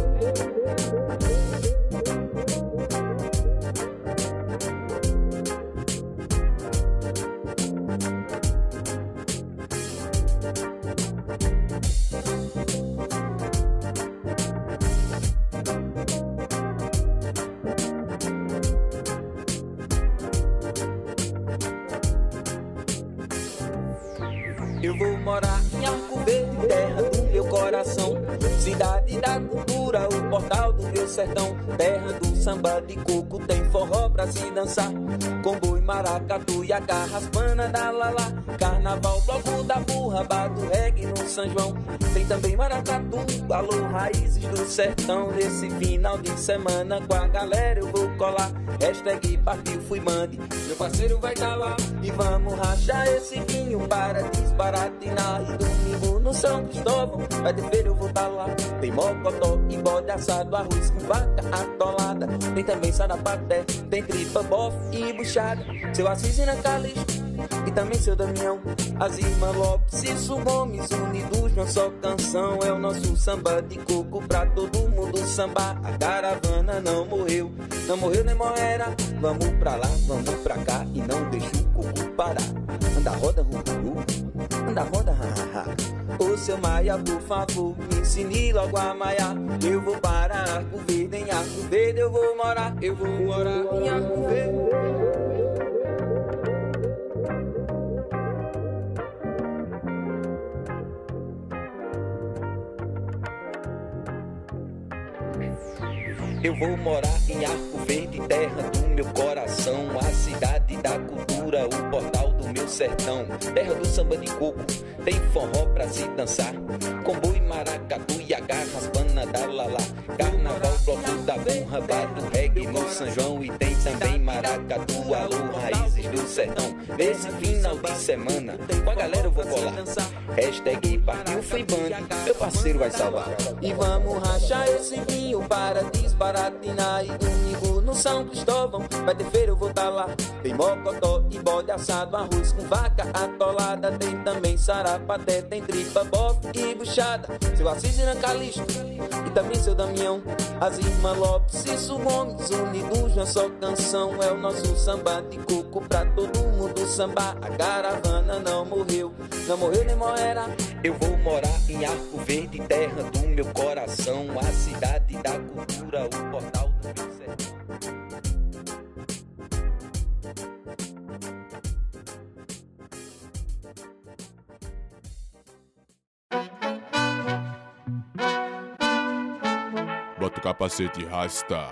Eu vou morar em Arco Verde, terra do meu coração. Cidade da cultura, o portal do meu sertão. Terra do samba de coco, tem forró pra se dançar. Combo e maracatu e a carraspana da lalá. Carnaval, bloco da burra, bato reggae no São João. Tem também maracatu, alô, raízes do sertão. Nesse final de semana com a galera eu vou colar. Hashtag partiu, fui mande, meu parceiro vai tá lá. E vamos rachar esse vinho para desbaratinar. E domingo no São Cristóvão, vai ter feira eu vou tá lá. Tem mocotó e bode assado, arroz com vaca atolada. Tem também sarapaté, tem tripa, bofe e buchada. Seu Assis e na Calixto, e também seu Damião. As irmãs Lopes e Gomes, unidos numa só canção. É o nosso samba de coco pra todo mundo sambar. A caravana não morreu, não morreu nem morrerá. Vamos pra lá, vamos pra cá e não deixa o coco parar. Anda, roda, ru, anda, roda, ha, ha, ha. Ô seu Maia, por favor, me ensine logo a maiar. Eu vou para Arco Verde, em Arco Verde eu vou morar. Eu vou morar em Arco Verde. Eu vou morar em Arco Verde, terra do meu coração. A cidade da cultura, o portal do meu sertão. Terra do samba de coco, tem forró pra se dançar. Combo e maracatu e a garraspana da lalá. Carnaval, bloco da burra, bato reggae no São João. E tem também maracatu, alô, raízes do sertão. Nesse final de semana, com a galera eu vou colar. Hashtag partiu foi bando, meu parceiro vai salvar. E vamos rachar esse vinho para desbaratinar. E domingo no São Cristóvão vai ter feira, eu vou tá lá. Tem mocotó e bode assado, arroz com vaca atolada. Tem também sarapaté, tem tripa, bofe e buchada. Seu Assis e Calixto e também seu Damião. As irmãs Lopes, Cício Gomes, unidos numa só canção. É o nosso samba de coco pra todo mundo sambar. A caravana não morreu, não morreu nem morrerá. Eu vou morar em Arco Verde, terra do meu coração. A cidade da cultura, o portal do meu sertão. Bota o capacete e rasta.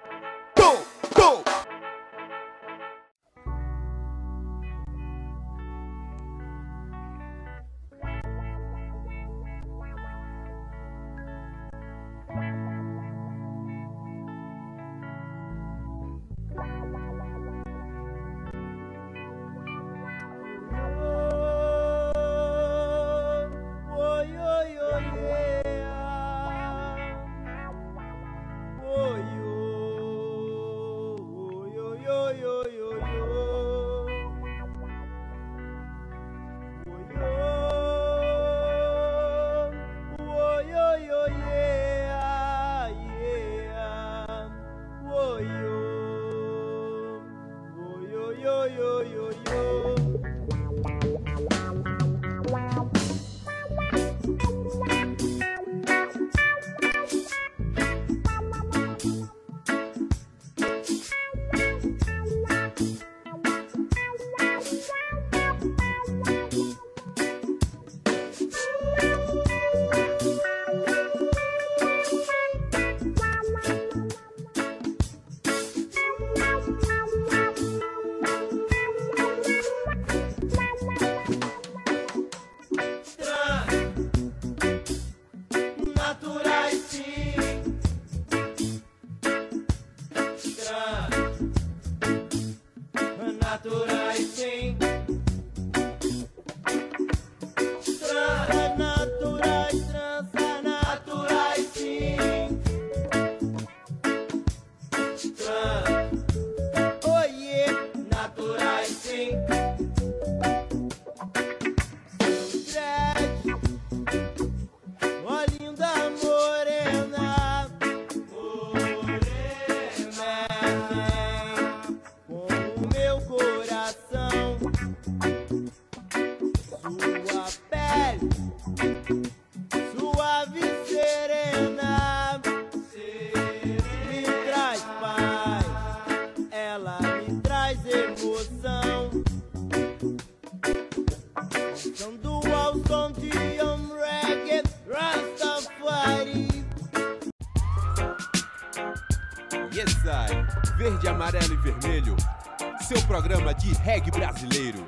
Verde, amarelo e vermelho, seu programa de reggae brasileiro.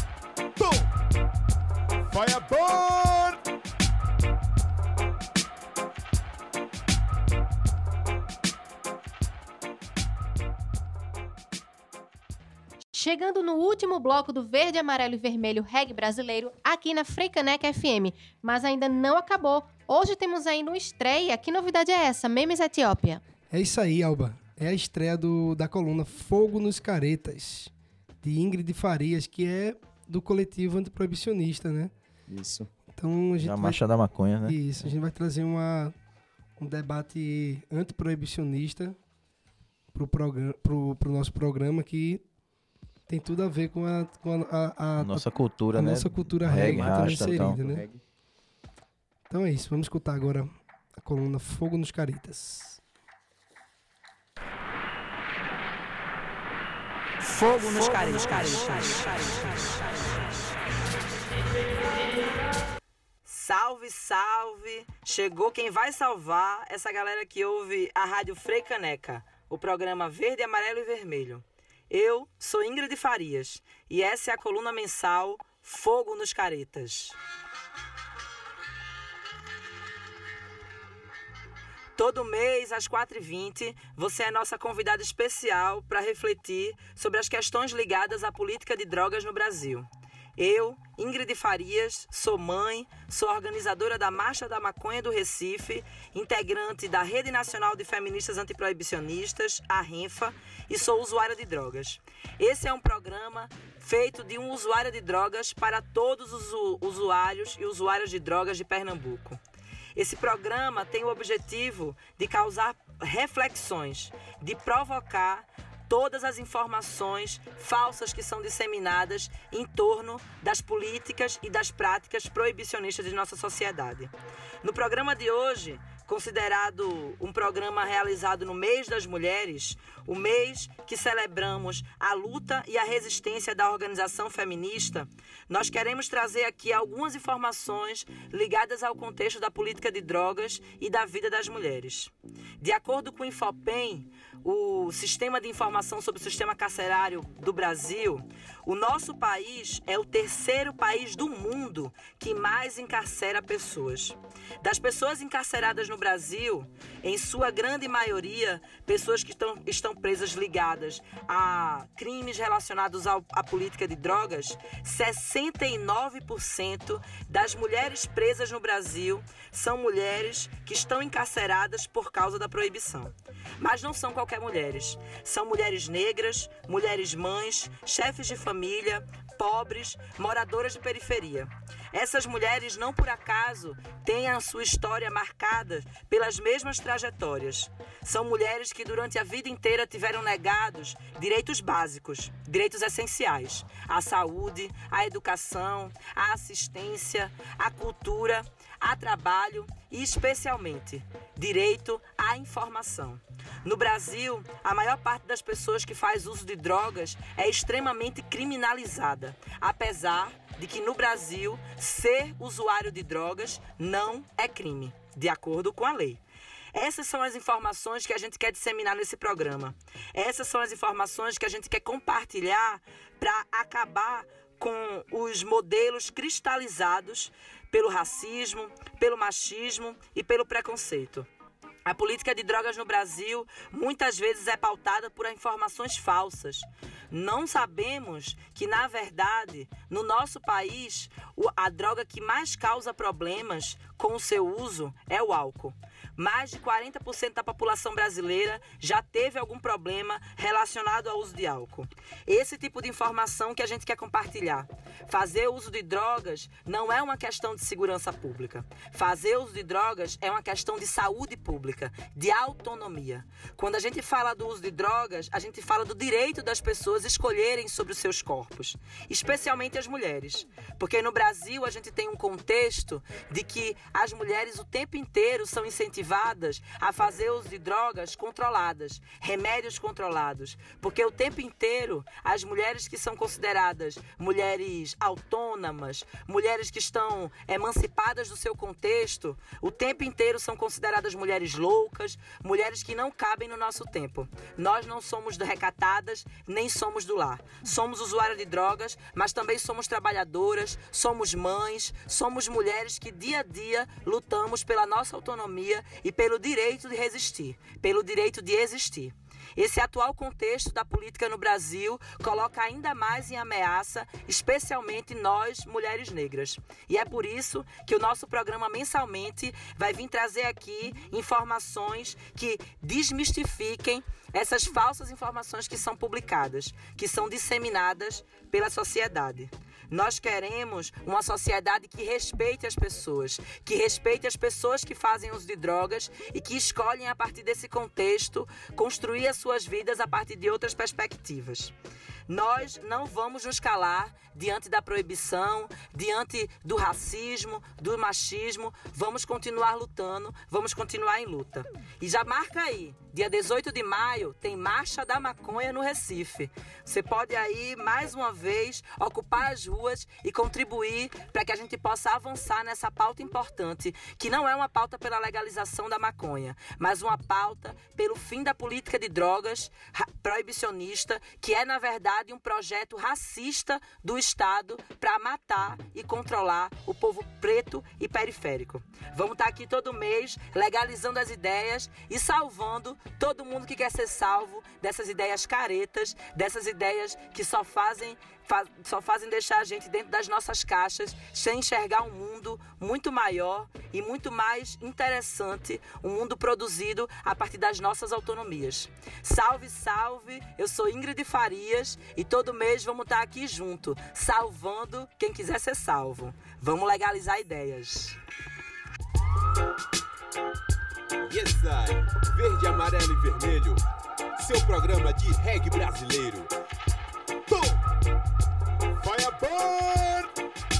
Bom! Fireball! Chegando no último bloco do Verde, Amarelo e Vermelho Reggae Brasileiro, aqui na Freicaneca F M. Mas ainda não acabou. Hoje temos ainda uma estreia. Que novidade é essa? Memes Etiópia. É isso aí, Alba. É a estreia do, da coluna Fogo nos Caretas, de Ingrid Farias, que é do coletivo antiproibicionista, né? Isso. Então a gente a vai... marcha da maconha, né? Isso, a gente vai trazer uma, um debate antiproibicionista pro, programa, pro, pro nosso programa, que tem tudo a ver com a, com a, a, a nossa cultura, a né? Nossa cultura reggae, rasta, inserida, então. né? Então é isso, vamos escutar agora a coluna Fogo nos Caretas. Fogo nos caretas. Salve, salve! Chegou quem vai salvar essa galera que ouve a Rádio Freicaneca, o programa Verde, Amarelo e Vermelho. Eu sou Ingrid Farias e essa é a coluna mensal Fogo nos Caretas. Todo mês, às quatro e vinte, você é nossa convidada especial para refletir sobre as questões ligadas à política de drogas no Brasil. Eu, Ingrid Farias, sou mãe, sou organizadora da Marcha da Maconha do Recife, integrante da Rede Nacional de Feministas Antiproibicionistas, a RENFA, e sou usuária de drogas. Esse é um programa feito de um usuário de drogas para todos os usuários e usuárias de drogas de Pernambuco. Esse programa tem o objetivo de causar reflexões, de provocar todas as informações falsas que são disseminadas em torno das políticas e das práticas proibicionistas de nossa sociedade. No programa de hoje, considerado um programa realizado no mês das mulheres, o mês que celebramos a luta e a resistência da organização feminista, nós queremos trazer aqui algumas informações ligadas ao contexto da política de drogas e da vida das mulheres. De acordo com o Infopem, o Sistema de Informação sobre o Sistema Carcerário do Brasil, o nosso país é o terceiro país do mundo que mais encarcera pessoas. Das pessoas encarceradas no Brasil, em sua grande maioria, pessoas que estão, estão presas ligadas a crimes relacionados ao, à política de drogas, sessenta e nove por cento das mulheres presas no Brasil são mulheres que estão encarceradas por causa da proibição. Mas não são qualquer mulheres. São mulheres negras, mulheres mães, chefes de família, pobres, moradoras de periferia. Essas mulheres, não por acaso, têm a sua história marcada pelas mesmas trajetórias. São mulheres que durante a vida inteira tiveram negados direitos básicos, direitos essenciais, à saúde, à educação, à assistência, à cultura, a trabalho e, especialmente, direito à informação. No Brasil, a maior parte das pessoas que faz uso de drogas é extremamente criminalizada, apesar de que no Brasil, ser usuário de drogas não é crime, de acordo com a lei. Essas são as informações que a gente quer disseminar nesse programa. Essas são as informações que a gente quer compartilhar para acabar com os modelos cristalizados pelo racismo, pelo machismo e pelo preconceito. A política de drogas no Brasil muitas vezes é pautada por informações falsas. Não sabemos que, na verdade, no nosso país, a droga que mais causa problemas com o seu uso é o álcool. Mais de quarenta por cento da população brasileira já teve algum problema relacionado ao uso de álcool. Esse tipo de informação que a gente quer compartilhar. Fazer uso de drogas não é uma questão de segurança pública. Fazer uso de drogas é uma questão de saúde pública, de autonomia. Quando a gente fala do uso de drogas, a gente fala do direito das pessoas escolherem sobre os seus corpos, especialmente as mulheres. Porque no Brasil a gente tem um contexto de que as mulheres o tempo inteiro são incentivadas a fazer uso de drogas controladas, remédios controlados. Porque o tempo inteiro as mulheres que são consideradas mulheres autônomas, mulheres que estão emancipadas do seu contexto, o tempo inteiro são consideradas mulheres loucas, mulheres que não cabem no nosso tempo. Nós não somos recatadas, nem somos do lar. Somos usuárias de drogas, mas também somos trabalhadoras, somos mães, somos mulheres que dia a dia lutamos pela nossa autonomia e pelo direito de resistir, pelo direito de existir. Esse atual contexto da política no Brasil coloca ainda mais em ameaça, especialmente nós, mulheres negras. E é por isso que o nosso programa mensalmente vai vir trazer aqui informações que desmistifiquem essas falsas informações que são publicadas, que são disseminadas pela sociedade. Nós queremos uma sociedade que respeite as pessoas, que respeite as pessoas que fazem uso de drogas e que escolhem, a partir desse contexto, construir as suas vidas a partir de outras perspectivas. Nós não vamos nos calar diante da proibição, diante do racismo, do machismo. Vamos continuar lutando, vamos continuar em luta. E já marca aí, dia dezoito de maio, tem Marcha da Maconha no Recife. Você pode aí, mais uma vez, ocupar as ruas e contribuir para que a gente possa avançar nessa pauta importante, que não é uma pauta pela legalização da maconha, mas uma pauta pelo fim da política de drogas proibicionista, que é, na verdade, um projeto racista do Estado para matar e controlar o povo preto e periférico. Vamos estar aqui todo mês legalizando as ideias e salvando todo mundo que quer ser salvo dessas ideias caretas, dessas ideias que só fazem fa- só fazem deixar a gente dentro das nossas caixas, sem enxergar um mundo muito maior e muito mais interessante, um mundo produzido a partir das nossas autonomias. Salve, salve! Eu sou Ingrid Farias e todo mês vamos estar aqui junto, salvando quem quiser ser salvo. Vamos legalizar ideias. Yes, I. Verde, amarelo e vermelho. Seu programa de reggae brasileiro. Boom! Firebird!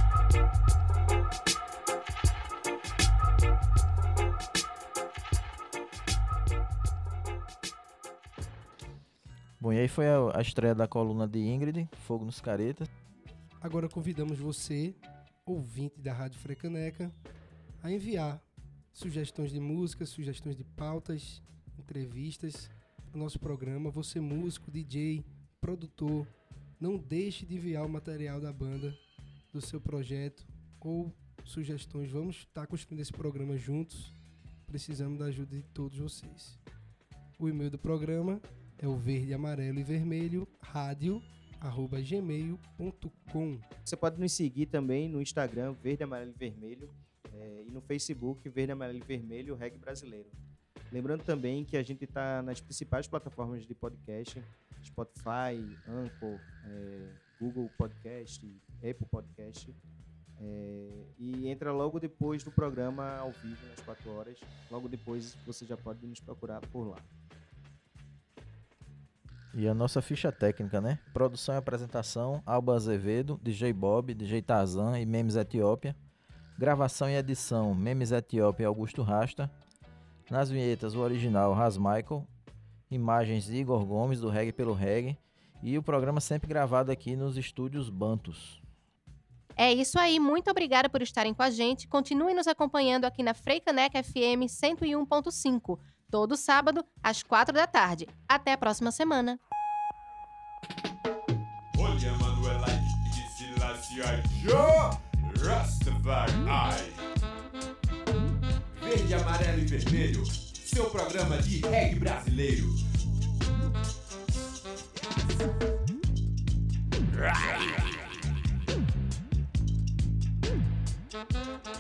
Bom, e aí foi a, a estreia da coluna de Ingrid, Fogo nos Caretas. Agora convidamos você, ouvinte da Rádio Frecaneca, a enviar sugestões de músicas, sugestões de pautas, entrevistas para o nosso programa. Você músico, D J, produtor, não deixe de enviar o material da banda, do seu projeto ou sugestões. Vamos estar construindo esse programa juntos. Precisamos da ajuda de todos vocês. O e-mail do programa é o verde, amarelo e vermelho, rádio, arroba gmail ponto com. Você pode nos seguir também no Instagram, Verde, Amarelo e Vermelho, é, e no Facebook, Verde, Amarelo e Vermelho, Reggae Brasileiro. Lembrando também que a gente está nas principais plataformas de podcast, Spotify, Anchor, é, Google Podcast, Apple Podcast, é, e entra logo depois do programa ao vivo, nas quatro horas. Logo depois você já pode nos procurar por lá. E a nossa ficha técnica, né? Produção e apresentação, Alba Azevedo, D J Bob, D J Tarzan e Memes Etiópia. Gravação e edição, Memes Etiópia e Augusto Rasta. Nas vinhetas, o original, Ras Michael. Imagens de Igor Gomes, do Reggae pelo Reggae. E o programa sempre gravado aqui nos estúdios Bantus. É isso aí, muito obrigada por estarem com a gente. Continuem nos acompanhando aqui na Frecaneca F M cento e um ponto cinco. Todo sábado, às quatro da tarde. Até a próxima semana. Olha, Manuelite de Silaciai, Joe Rastafari. Verde, amarelo e vermelho. Seu programa de reggae brasileiro. Right.